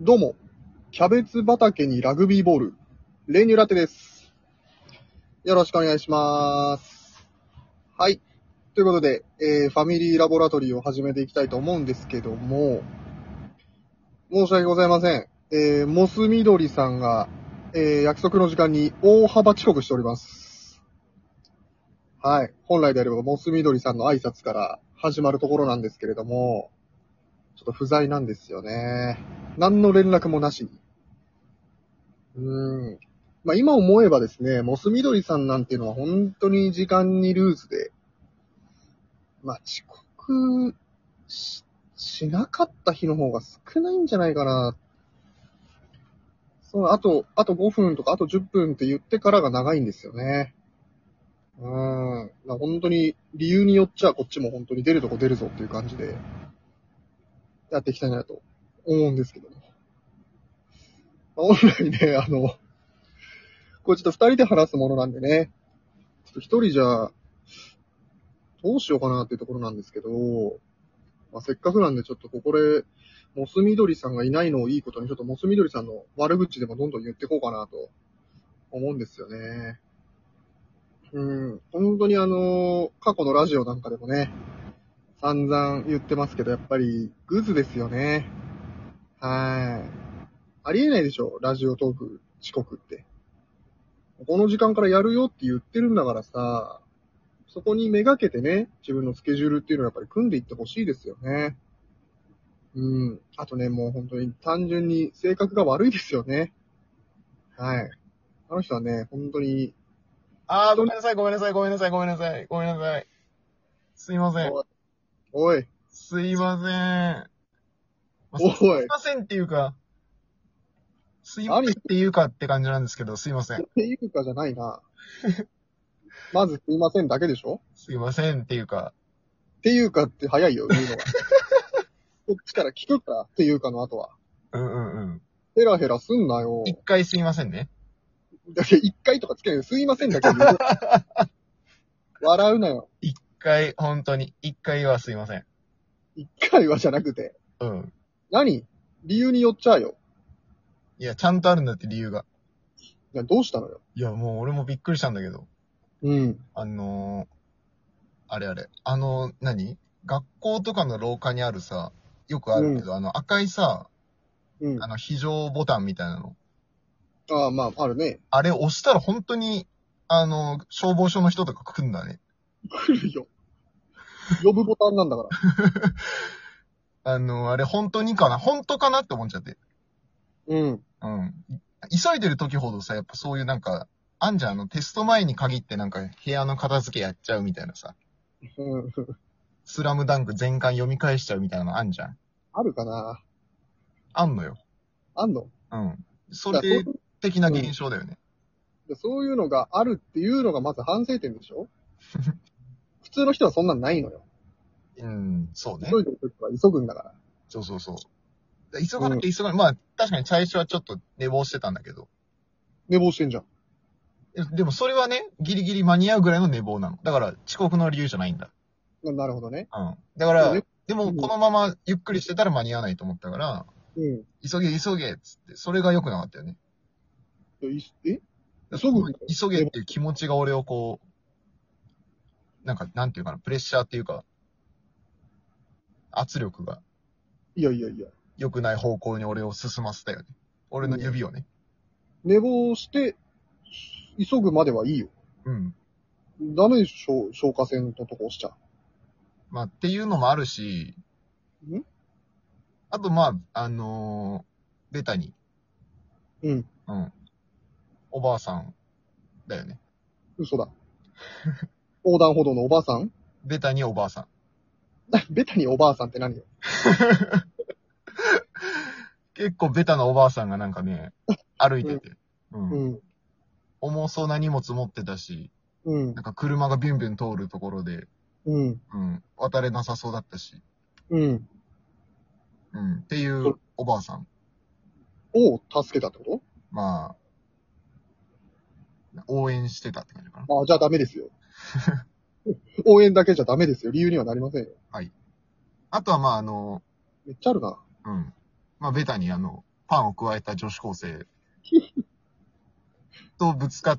どうも、キャベツ畑にラグビーボール、練乳ラテです。よろしくお願いします。はい。ということで、ファミリーラボラトリーを始めていきたいと思うんですけども、申し訳ございません。モスみどりさんが、約束の時間に大幅遅刻しております。はい。本来であれば、モスみどりさんの挨拶から始まるところなんですけれども、ちょっと不在なんですよね。何の連絡もなしに。まあ今思えばですね、モスみどりさんなんていうのは本当に時間にルーズで、まあ遅刻しなかった日の方が少ないんじゃないかな。あと5分とかあと10分って言ってからが長いんですよね。まあ本当に理由によっちゃこっちも本当に出るとこ出るぞっていう感じでやっていきたいなと思うんですけども。まあ、本来ね、これちょっと二人で話すものなんでね、ちょっと一人じゃどうしようかなっていうところなんですけど、まあ、せっかくなんでちょっとここで、モスみどりさんがいないのをいいことに、ちょっとモスみどりさんの悪口でもどんどん言っていこうかなと思うんですよね。本当に過去のラジオなんかでもね、散々言ってますけど、やっぱりグズですよね。はい。ありえないでしょ、ラジオトーク遅刻って。この時間からやるよって言ってるんだからさ、そこにめがけてね、自分のスケジュールっていうのをやっぱり組んでいってほしいですよね。あとね、もう本当に単純に性格が悪いですよね。はい。あの人はね、本当に、 ごめんなさい、ごめんなさい、ごめんなさい、ごめんなさい、ごめんなさい。すいません。 おい、 すいません。 おい、 すいませんっていうか、すいま何っせんっていうかって感じなんですけど、すいません。 ていうかじゃないな。まずすいませんだけでしょすいませんっていうか、 っていうかって早いよ、言うのが。こっちから聞くかっていうかの後は。 うんうんうん。 ヘラヘラすんなよ。 一回すいませんね。 だけ一回とかつけないよ。すいませんだけ言う。笑うなよ。 一回、本当に、一回はすいません。 一回はじゃなくて。 うん。 何理由によっちゃうよ。 いや、ちゃんとあるんだって理由が。 いや、どうしたのよ。 いや、もう俺もびっくりしたんだけど。 うん。 あれあれ。何学校とかの廊下にあるさ、よくあるけど、赤いさ、 うん。 非常ボタンみたいなの。 ああ、まあ、あるね。 あれ押したら本当に、消防署の人とか来るんだね。 来るよ。呼ぶボタンなんだから。 あれ本当にかな本当かなって思っちゃって。 うん。 うん。急いでる時ほどさ、やっぱそういうなんか、あんじゃん、テスト前に限ってなんか部屋の片付けやっちゃうみたいなさ、 うん。 スラムダンク全巻読み返しちゃうみたいなのあんじゃん。 あるかなあんのよ。 あんのうん。そだかられ的な現象だよね。 そういうのがあるっていうのがまず反省点でしょ普通の人はそんなんないのよ。 うん、そうね。 急いでる時は急ぐんだから。 そうそうそう。急がなきゃ急がない。まあ、確かに最初はちょっと寝坊してたんだけど。 寝坊してんじゃん。 でもそれはね、ギリギリ間に合うぐらいの寝坊なの。だから遅刻の理由じゃないんだ。 なるほどね。 うん。だから、 ねでもこのままゆっくりしてたら間に合わないと思ったから、 うん。 急げ急げっつって、それが良くなかったよね。 え急ぐんだよ急げっていう気持ちが俺をこう、なんか、なんていうかな、プレッシャーっていうか、圧力がいやいやいや。 良くない方向に俺を進ませたよね。俺の指をね。 寝坊して、急ぐまではいいよ。 うん。 ダメでしょ消火栓のとこ押しちゃ。 まあ、っていうのもあるし、 んあとまあ、ベタに、 うん。 うん。おばあさんだよね。 嘘だ。横断歩道のおばあさんベタにおばあさん。 ベタにおばあさんって何よ結構ベタなおばあさんがなんかね、歩いてて。うん。 うん。 重そうな荷物持ってたし、 うん。 なんか車がビュンビュン通るところで、 うん。 うん。渡れなさそうだったし、 うん。 うん。っていうおばあさん。 を助けたってこまあ、応援してたって感じかな。 とああ、じゃあダメですよ。応援だけじゃダメですよ。理由にはなりませんよ。 はい。あとはまあめっちゃあるな。 うん。まあベタにパンを加えた女子高生とぶつかって、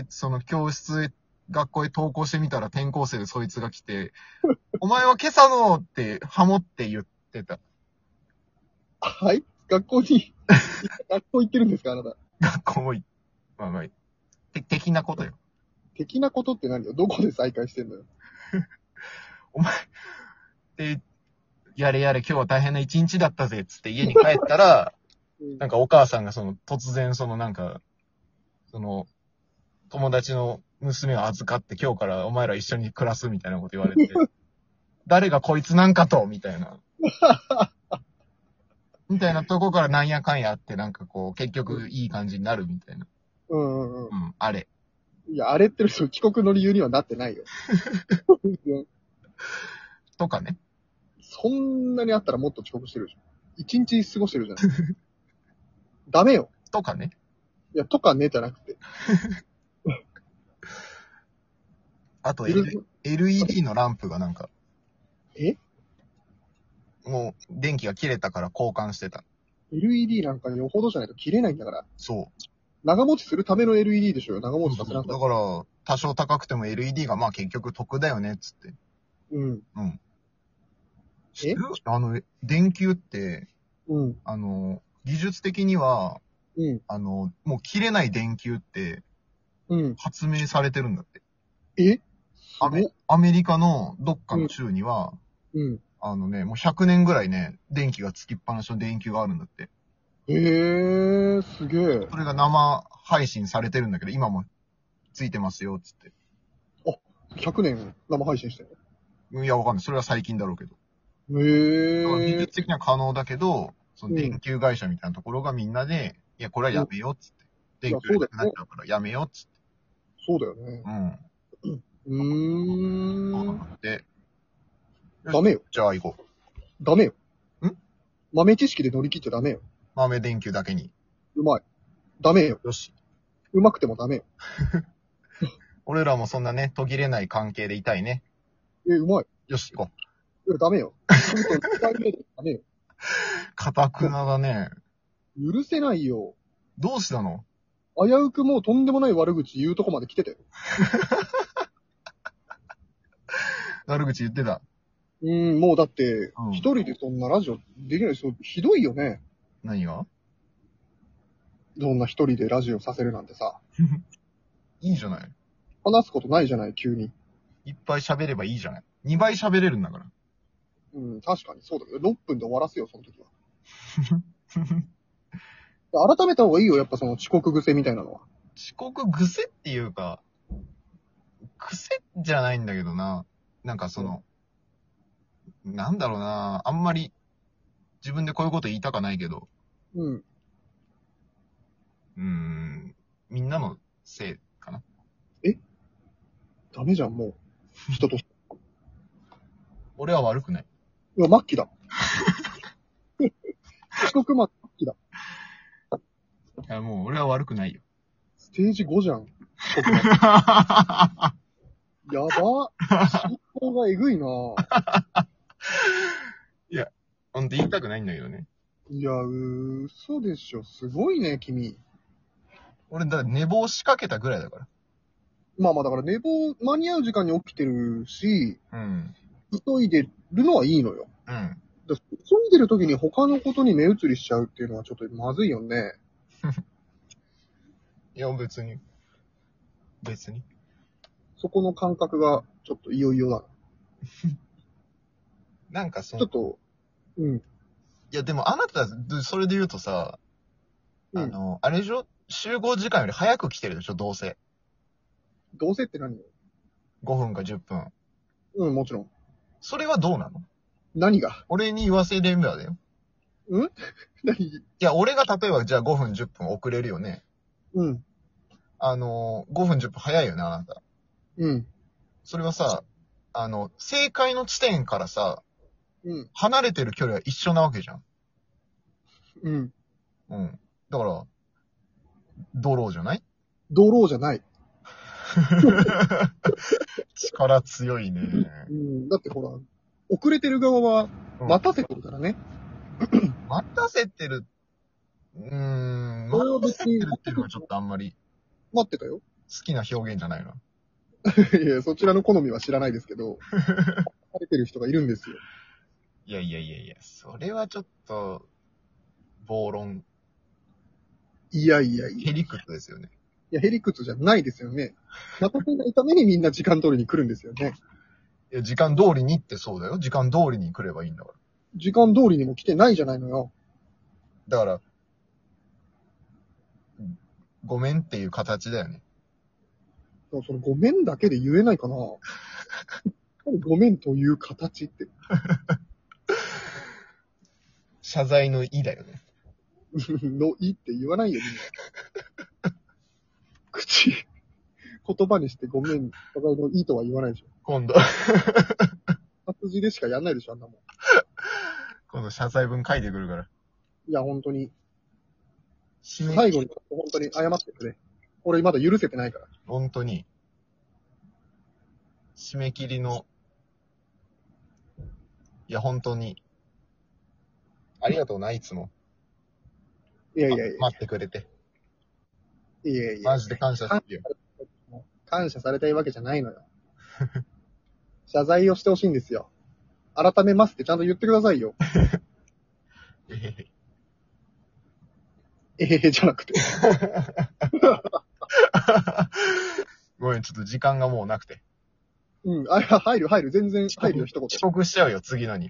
その教室、学校へ登校してみたら転校生でそいつが来て、お前は今朝のってハモって言ってた。 はい学校行ってるんですかあなた。 学校もまあまあ、的なことよ。 的なことって何よどこで再会してんのよ。 お前、で、やれやれ今日は大変な一日だったぜっつって家に帰ったら、なんかお母さんが突然友達の娘を預かって今日からお前ら一緒に暮らすみたいなこと言われて、誰がこいつなんかとみたいな。みたいなとこからなんやかんやあってなんかこう、結局いい感じになるみたいな。あれ。 いや、あれって遅刻の理由にはなってないよ。 とかね。 そんなにあったらもっと遅刻してるじゃん。一日過ごしてるじゃん。ダメよ。 とかね。 いや、とかねじゃなくて。 あと、LED のランプがなんか、もう電気が切れたから交換してた。 LED なんかよほどじゃないと切れないんだから。 そう。 長持ちするための LED でしょよ。長持ちさせなくて。 だから、多少高くても LED がまあ結局得だよね、つって。 うん。 知ってる？電球って、技術的には、もう切れない電球って、発明されてるんだって。アメリカのどっかの州には、もう100年ぐらいね、電気がつきっぱなしの電球があるんだって。 すげえ。 それが生配信されてるんだけど、今もついてますよ、つって。 あ、100年生配信してるいや、わかんない。それは最近だろうけど。技術的には可能だけど、その電球会社みたいなところがみんなで、いや、これはやめよう、つって。電球がなくなっちゃうからやめよう、つって。 そうだよね。 そうなんだって。 ダメよ。 じゃあ行こう。 ダメよ。豆知識で乗り切っちゃダメよ。 豆電球だけに。 うまい。ダメよ。 よし。 うまくてもダメよ。 俺らもそんなね、途切れない関係でいたいね。 うまい。 よし、行こいや、ダメよ。ダメよ。 かたくなだね。 許せないよ。 どうしたの？ 危うくもうとんでもない悪口言うとこまで来てたよ。 悪口言ってた。 もうだって、一人でそんなラジオできない人、ひどいよね。 何が？ そんな一人でラジオさせるなんてさ。 いいじゃない。 話すことないじゃない、急に。 いっぱい喋ればいいじゃない。2倍喋れるんだから。 確かにそうだけど、6分で終わらせよ、その時は。改めた方がいいよ、やっぱその遅刻癖みたいなのは。 遅刻癖っていうか、癖じゃないんだけどな。なんかなんだろうな。あんまり自分でこういうこと言いたかないけど。みんなのせいかな。 ダメじゃん、もう。人として。 俺は悪くない。 いや、末期だ。遅刻末期だ。 いや、もう俺は悪くないよ。 ステージ5じゃん。やば。進行がえぐいなぁ。 いや、ほんと言いたくないんだけどね。 いや、嘘でしょ。すごいね、君。 俺、だから寝坊しかけたぐらいだから。 まあまあ、だから寝坊間に合う時間に起きてるし、急いでるのはいいのよ。急いでる時に他のことに目移りしちゃうっていうのはちょっとまずいよね。 いや、別に。 そこの感覚がちょっといよいよだな。なんかちょっと、 いや、でもあなた、それで言うとさ、あれでしょ？集合時間より早く来てるでしょ、どうせ。 どうせって何よ。 5分か10分。 もちろん。 それはどうなの？ 何が俺に言わせればだよ。 何いや、俺が例えばじゃあ5分10分遅れるよね。5分10分早いよね、あなた。それはさ、正解の地点からさ、離れてる距離は一緒なわけじゃん。だから、ドローじゃない？ ドローじゃない。 力強いね。 だってほら、遅れてる側は待たせてるからね。 待たせてる。 待ってるっていうのはちょっとあんまり。 待ってたよ。 好きな表現じゃないな。 いや、そちらの好みは知らないですけど、食べてる人がいるんですよ。 いや、それはちょっと、暴論。 いや。 ヘリクツですよね。 いや、ヘリクツじゃないですよね。まとめないためにみんな時間通りに来るんですよね。 いや、時間通りにってそうだよ。時間通りに来ればいいんだから。 時間通りにも来てないじゃないのよ。 だから、ごめんっていう形だよね。 そのごめんだけで言えないかな。ごめんという形って。 謝罪の意だよね。 の意って言わないよ、みんな。言葉にしてごめん、謝罪の意とは言わないでしょ。 今度。 活字でしかやんないでしょ、あんなもん。 今度謝罪文書いてくるから。 いや、本当に。最後に、本当に謝ってくれ。俺まだ許せてないから。 本当に。締め切りの、いや、本当に。ありがとうな、いつも。 いや。 待ってくれて。 いや。 マジで感謝してるよ。 感謝されたいわけじゃないのよ。謝罪をしてほしいんですよ。改めますってちゃんと言ってくださいよ。じゃなくて。 ごめん、ちょっと時間がもうなくて。 うん、入る、全然入るよ、一言。 遅刻しちゃうよ、次のに。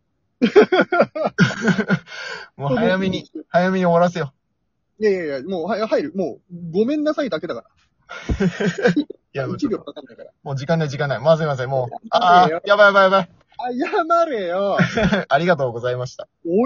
もう早めに終わらせよう。いや、もう入る。もう、ごめんなさいだけだから。 いや、 1秒かかんないから。 もう時間ない。まずい、もう。やばい。 謝れよ。 ありがとうございました。